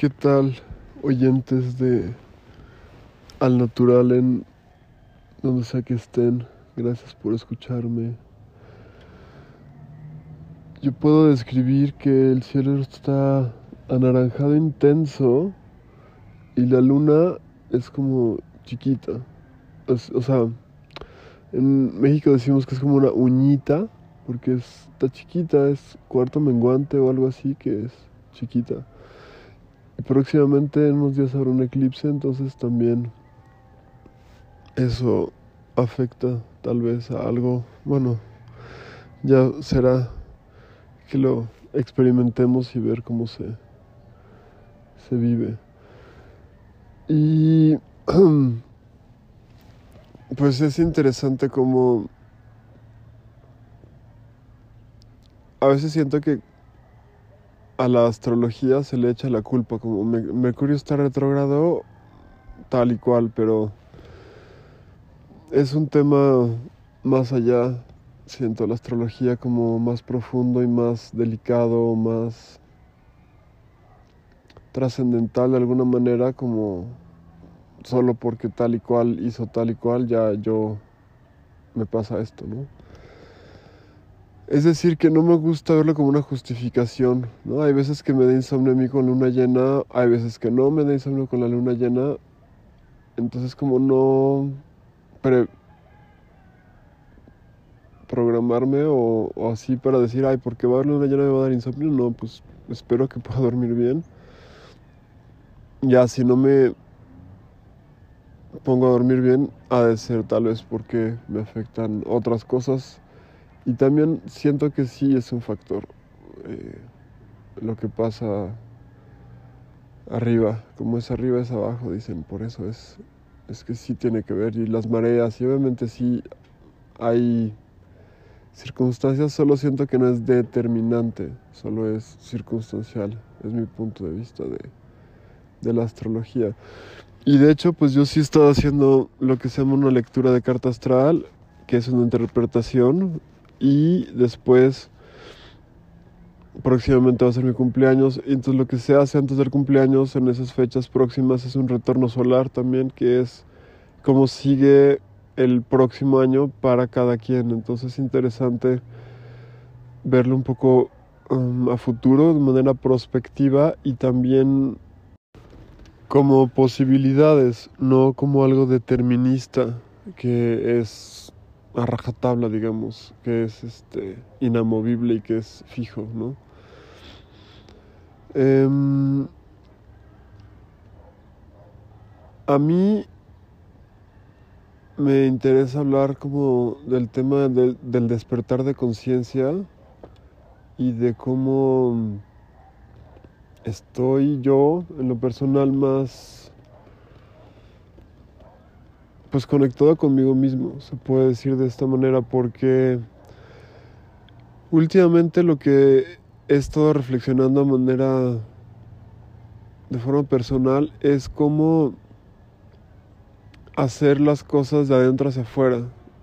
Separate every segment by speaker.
Speaker 1: ¿Qué tal, oyentes de Al Natural en donde sea que estén? Gracias por escucharme. Yo puedo describir que el cielo está anaranjado intenso y la luna es como chiquita. O sea, en México decimos que es como una uñita porque está chiquita, es cuarto menguante o algo así que es chiquita. Y próximamente en unos días habrá un eclipse, entonces también eso afecta tal vez a algo. Bueno, ya será que lo experimentemos y ver cómo se vive. Y pues es interesante como a veces siento que a la astrología se le echa la culpa, como Mercurio está retrógrado tal y cual, pero es un tema más allá. Siento la astrología como más profundo y más delicado, más trascendental de alguna manera, como solo porque tal y cual hizo tal y cual, ya yo me pasa esto, ¿no? Es decir, que no me gusta verlo como una justificación, ¿no? Hay veces que me da insomnio a mí con luna llena, hay veces que no me da insomnio con la luna llena, entonces como no pre- programarme o así para decir, ay, porque va a haber luna llena me va a dar insomnio, no, pues espero que pueda dormir bien. Ya, si no me pongo a dormir bien, ha de ser tal vez porque me afectan otras cosas. Y también siento que sí es un factor eh, lo que pasa arriba. Como es arriba es abajo, dicen. Por eso es que sí tiene que ver. Y las mareas, y obviamente sí hay circunstancias, solo siento que no es determinante, solo es circunstancial. Es mi punto de vista de la astrología. Y de hecho, pues yo sí he estado haciendo lo que se llama una lectura de carta astral, que es una interpretación, y después próximamente va a ser mi cumpleaños, y entonces lo que se hace antes del cumpleaños, en esas fechas próximas, es un retorno solar también, que es cómo sigue el próximo año para cada quien. Entonces es interesante verlo un poco a futuro, de manera prospectiva, y también como posibilidades, no como algo determinista, que es a rajatabla, digamos, que es inamovible y que es fijo, ¿no? Em, a mí me interesa hablar como del tema del despertar de conciencia y de cómo estoy yo en lo personal más pues conectado conmigo mismo, se puede decir de esta manera, porque últimamente lo que he estado reflexionando de forma personal es cómo hacer las cosas de adentro hacia afuera.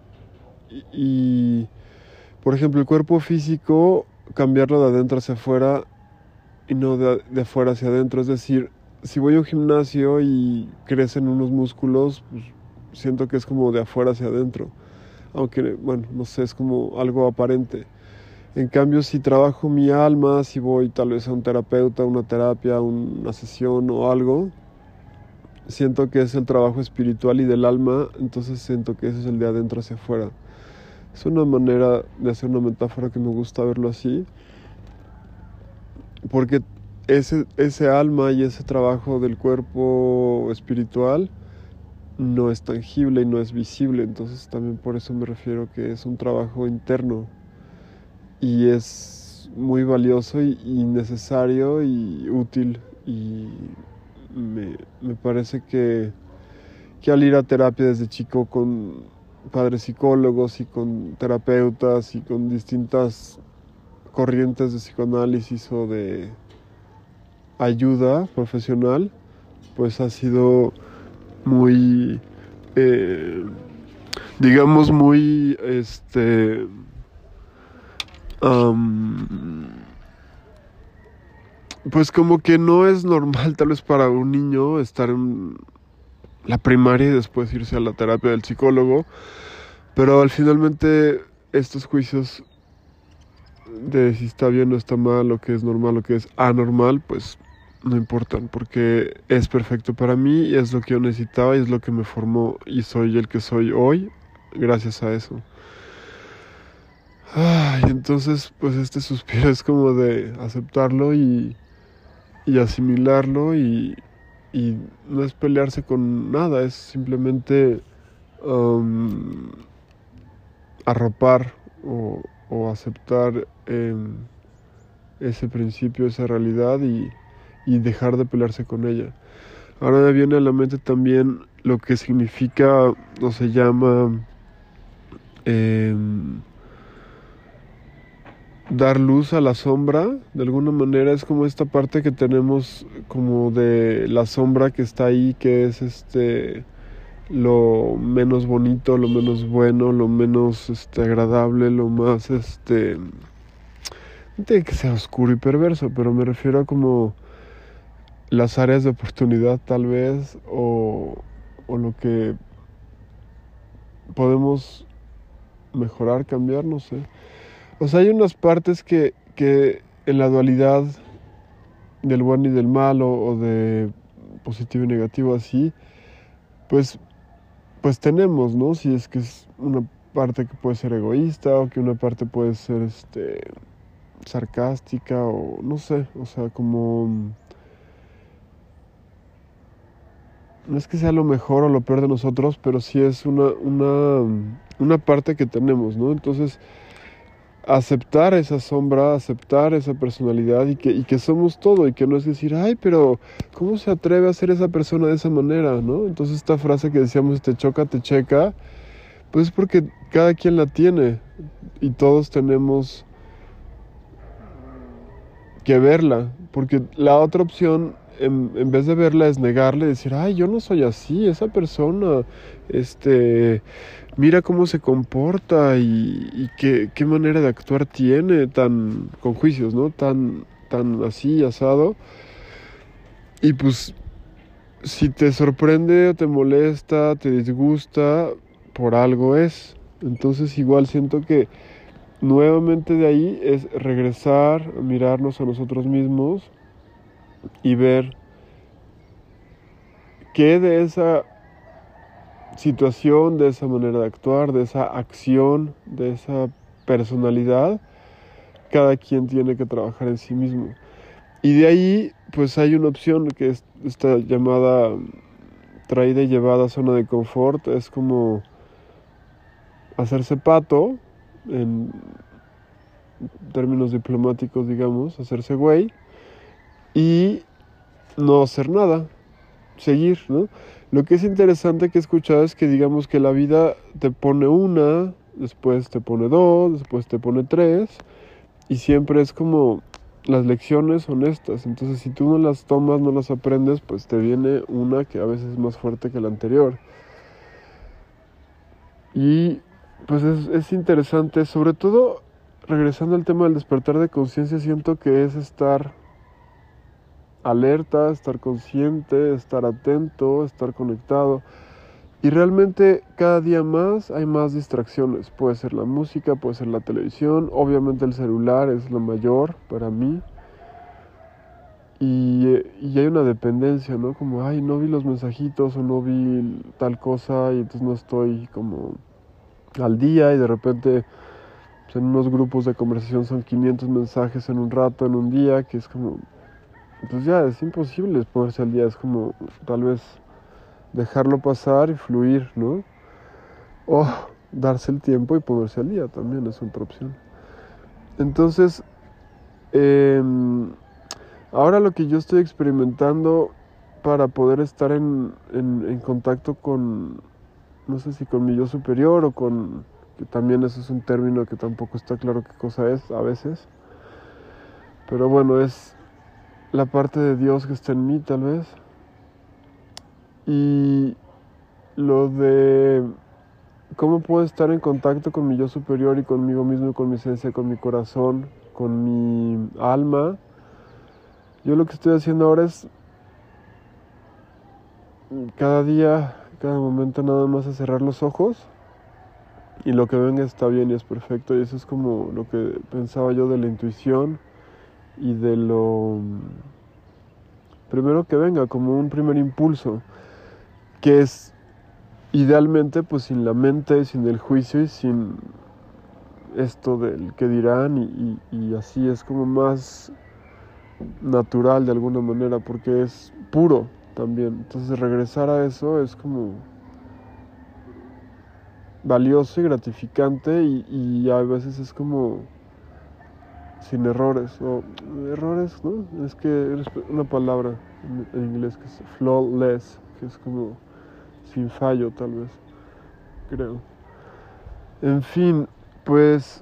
Speaker 1: Y, por ejemplo, el cuerpo físico, cambiarlo de adentro hacia afuera y no de afuera hacia adentro. Es decir, si voy a un gimnasio y crecen unos músculos, pues siento que es como de afuera hacia adentro. Aunque, bueno, no sé, es como algo aparente. En cambio, si trabajo mi alma, si voy tal vez a un terapeuta, una terapia, una sesión o algo, siento que es el trabajo espiritual y del alma, entonces siento que ese es el de adentro hacia afuera. Es una manera de hacer una metáfora que me gusta verlo así, porque ese alma y ese trabajo del cuerpo espiritual no es tangible y no es visible, entonces también por eso me refiero que es un trabajo interno y es muy valioso y necesario y útil, y me parece que al ir a terapia desde chico con padres psicólogos y con terapeutas y con distintas corrientes de psicoanálisis o de ayuda profesional, pues ha sido muy, eh, digamos, muy, am, pues como que no es normal tal vez para un niño estar en la primaria y después irse a la terapia del psicólogo, pero al finalmente estos juicios de si está bien o está mal, lo que es normal, lo que es anormal, pues no importan, porque es perfecto para mí y es lo que yo necesitaba y es lo que me formó y soy el que soy hoy gracias a eso. Ay, entonces pues este suspiro es como de aceptarlo y asimilarlo y no es pelearse con nada, es simplemente um, arropar o aceptar ese principio, esa realidad y dejar de pelearse con ella. Ahora me viene a la mente también lo que significa o se llama dar luz a la sombra. De alguna manera es como esta parte que tenemos como de la sombra que está ahí, que es lo menos bonito, lo menos bueno, lo menos agradable, lo más no tiene que ser oscuro y perverso, pero me refiero a como las áreas de oportunidad tal vez o lo que podemos mejorar, cambiar, no sé. O sea, hay unas partes que en la dualidad del bueno y del malo o de positivo y negativo así, pues pues tenemos, ¿no? Si es que es una parte que puede ser egoísta o que una parte puede ser sarcástica o no sé, o sea, como no es que sea lo mejor o lo peor de nosotros, pero sí es una parte que tenemos, ¿no? Entonces, aceptar esa sombra, aceptar esa personalidad y que somos todo y que no es decir, ay, pero ¿cómo se atreve a ser esa persona de esa manera, ¿no? Entonces esta frase que decíamos, te choca, te checa, pues es porque cada quien la tiene y todos tenemos que verla, porque la otra opción, en vez de verla, es negarle, decir, ay, yo no soy así, esa persona, mira cómo se comporta y qué manera de actuar tiene, tan, con juicios, ¿no? Tan así, asado. Y pues, si te sorprende o te molesta, te disgusta, por algo es. Entonces igual siento que nuevamente de ahí es regresar, mirarnos a nosotros mismos y ver qué de esa situación, de esa manera de actuar, de esa acción, de esa personalidad, cada quien tiene que trabajar en sí mismo. Y de ahí, pues hay una opción que es esta llamada traída y llevada a zona de confort, es como hacerse pato, en términos diplomáticos, digamos, hacerse güey, y no hacer nada, seguir, ¿no? Lo que es interesante que he escuchado es que digamos que la vida te pone una, después te pone dos, después te pone tres, y siempre es como las lecciones son estas. Entonces si tú no las tomas, no las aprendes, pues te viene una que a veces es más fuerte que la anterior. Y pues es interesante, sobre todo regresando al tema del despertar de conciencia, siento que es estar alerta, estar consciente, estar atento, estar conectado. Y realmente cada día más hay más distracciones. Puede ser la música, puede ser la televisión, obviamente el celular es lo mayor para mí. Y hay una dependencia, ¿no? Como, ay, no vi los mensajitos o no vi tal cosa y entonces no estoy como al día y de repente pues, en unos grupos de conversación son 500 mensajes en un rato, en un día, que es como, pues ya es imposible ponerse al día, es como tal vez dejarlo pasar y fluir, ¿no? O darse el tiempo y ponerse al día también es otra opción. Entonces, eh, ahora lo que yo estoy experimentando para poder estar en contacto con, no sé si con mi yo superior o con, que también eso es un término que tampoco está claro qué cosa es a veces, pero bueno, es la parte de Dios que está en mí tal vez. Y lo de cómo puedo estar en contacto con mi yo superior y conmigo mismo, con mi esencia, con mi corazón, con mi alma, Yo lo que estoy haciendo ahora es cada día, cada momento nada más es cerrar los ojos y lo que venga está bien y es perfecto. Y eso es como lo que pensaba yo de la intuición y de lo primero que venga, como un primer impulso, que es idealmente pues sin la mente, sin el juicio y sin esto del que dirán y así es como más natural de alguna manera porque es puro también. Entonces regresar a eso es como valioso y gratificante y a veces es como sin errores o errores, ¿no? Es que es una palabra en inglés que es flawless, que es como sin fallo tal vez, creo. En fin, pues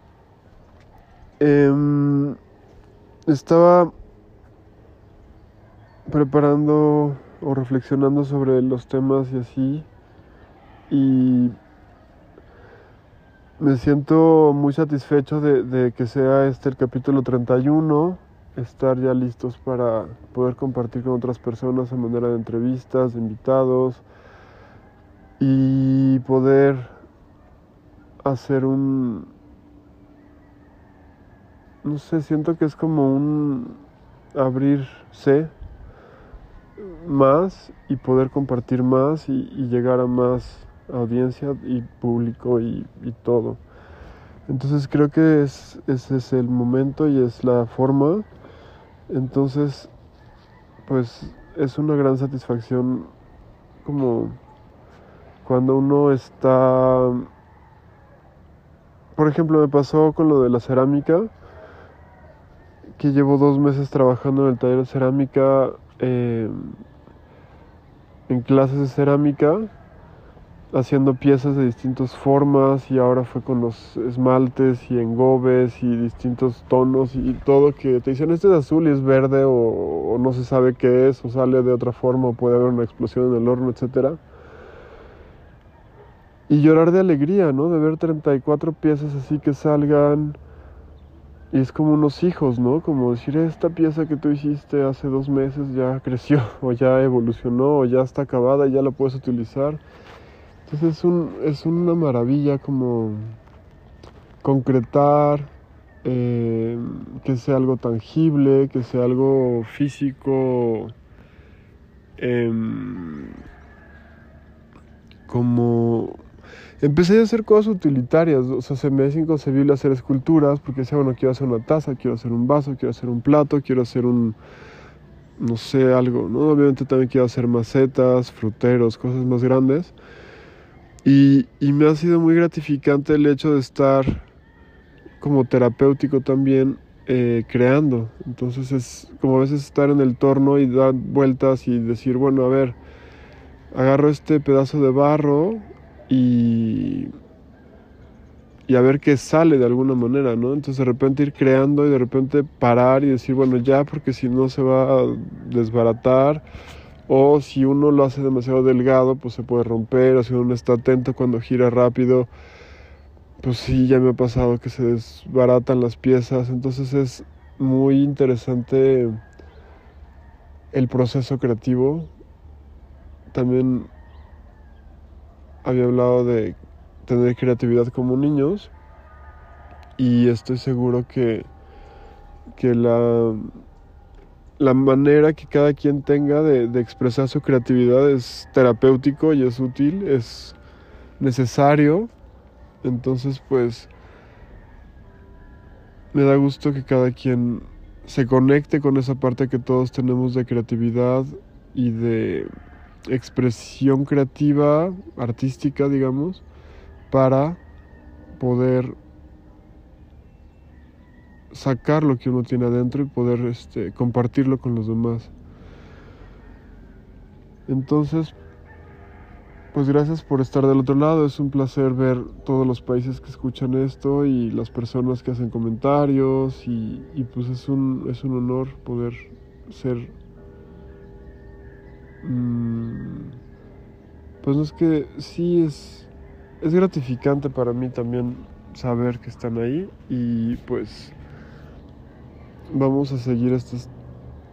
Speaker 1: em, estaba preparando o reflexionando sobre los temas y así y me siento muy satisfecho de que sea este el capítulo 31, estar ya listos para poder compartir con otras personas a manera de entrevistas, de invitados y poder hacer no sé, siento que es como un abrirse más y poder compartir más y llegar a más audiencia y público y todo. Entonces creo que ese es el momento y es la forma. Entonces, pues es una gran satisfacción como cuando uno está... Por ejemplo, me pasó con lo de la cerámica, que llevo 2 meses trabajando en el taller de cerámica, en clases de cerámica, haciendo piezas de distintas formas y ahora fue con los esmaltes y engobes y distintos tonos y todo que te dicen este es azul y es verde o no se sabe qué es o sale de otra forma o puede haber una explosión en el horno, etcétera. Y llorar de alegría, ¿no? De ver 34 piezas así que salgan y es como unos hijos, ¿no? Como decir esta pieza que tú hiciste hace 2 meses ya creció o ya evolucionó o ya está acabada y ya la puedes utilizar. Entonces es una maravilla como concretar, que sea algo tangible, que sea algo físico, em, como... Empecé a hacer cosas utilitarias, o sea, se me es inconcebible hacer esculturas porque decía, bueno, quiero hacer una taza, quiero hacer un vaso, quiero hacer un plato, quiero hacer no sé, algo, ¿no? Obviamente también quiero hacer macetas, fruteros, cosas más grandes. Y me ha sido muy gratificante el hecho de estar como terapéutico también creando. Entonces es como a veces estar en el torno y dar vueltas y decir, bueno, a ver, agarro este pedazo de barro y, y a ver qué sale de alguna manera, ¿no? Entonces de repente ir creando y de repente parar y decir, bueno, ya, porque si no se va a desbaratar. O si uno lo hace demasiado delgado, pues se puede romper. O si uno no está atento cuando gira rápido, pues sí, ya me ha pasado que se desbaratan las piezas. Entonces es muy interesante el proceso creativo. También había hablado de tener creatividad como niños. Y estoy seguro que la manera que cada quien tenga de expresar su creatividad es terapéutico y es útil, es necesario. Entonces, pues, me da gusto que cada quien se conecte con esa parte que todos tenemos de creatividad y de expresión creativa, artística, digamos, para poder sacar lo que uno tiene adentro y poder compartirlo con los demás. Entonces, pues gracias por estar del otro lado. Es un placer ver todos los países que escuchan esto y las personas que hacen comentarios y pues es un honor poder ser... pues no es que sí es gratificante para mí también saber que están ahí y pues vamos a seguir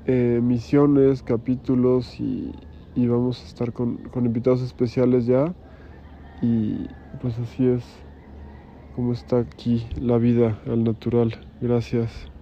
Speaker 1: emisiones, capítulos y vamos a estar con invitados especiales ya. Y pues así es como está aquí la vida al natural. Gracias.